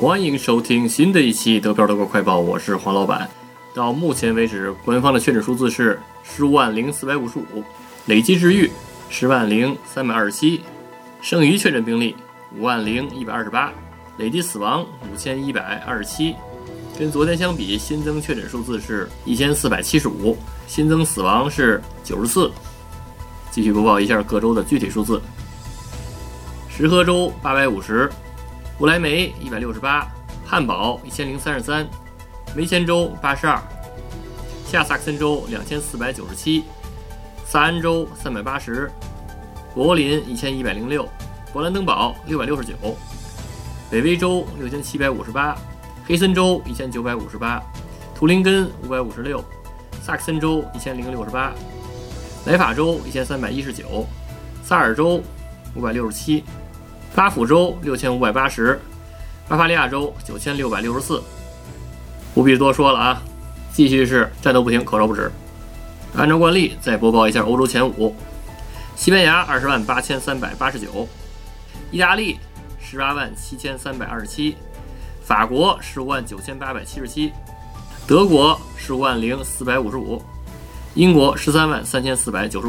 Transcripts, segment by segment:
欢迎收听新的一期德票德国快报，我是黄老板。到目前为止，官方的确诊数字是150455，累计治愈100327，剩余确诊病例50128，累计死亡5127。跟昨天相比，新增确诊数字是1475，新增死亡是94。继续播报一下各州的具体数字。石河州850，不来梅168，汉堡1033，梅前州82，下萨克森州2497，萨恩州380，柏林1106，勃兰登堡669，北威州6758，黑森州1958，图林根556，萨克森州1068，莱法州1319，萨尔州567，巴甫州6580，巴伐利亚州9664。不必多说了啊，继续是战斗不停，口罩不止。按照惯例，再播报一下欧洲前5：西班牙208389，意大利187327，法国159877，德国150455，英国133495，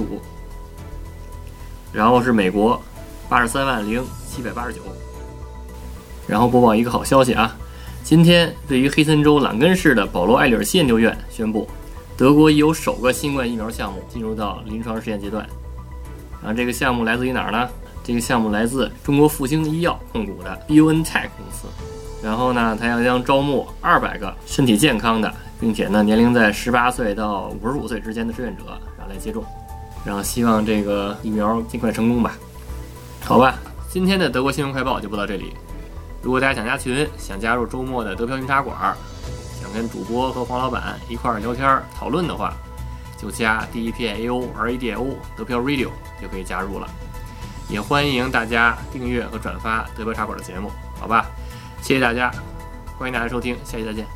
然后是美国830789。然后播报一个好消息啊，今天对于黑森州朗根市的保罗艾里尔西研究院宣布，德国已有首个新冠疫苗项目进入到临床试验阶段。然后这个项目来自于哪儿呢？这个项目来自中国复星医药控股的 BioNTech 公司。然后呢，它将招募200个身体健康的，并且呢年龄在18岁到55岁之间的志愿者，然后来接种。然后希望这个疫苗尽快成功吧。好吧，今天的德国新闻快报就播到这里。如果大家想加群，想加入周末的德飘云茶馆，想跟主播和黄老板一块聊天讨论的话，就加 DEPIAO-RADIO 德飘 Radio 就可以加入了。也欢迎大家订阅和转发德飘茶馆的节目，好吧？谢谢大家，欢迎大家收听，下期再见。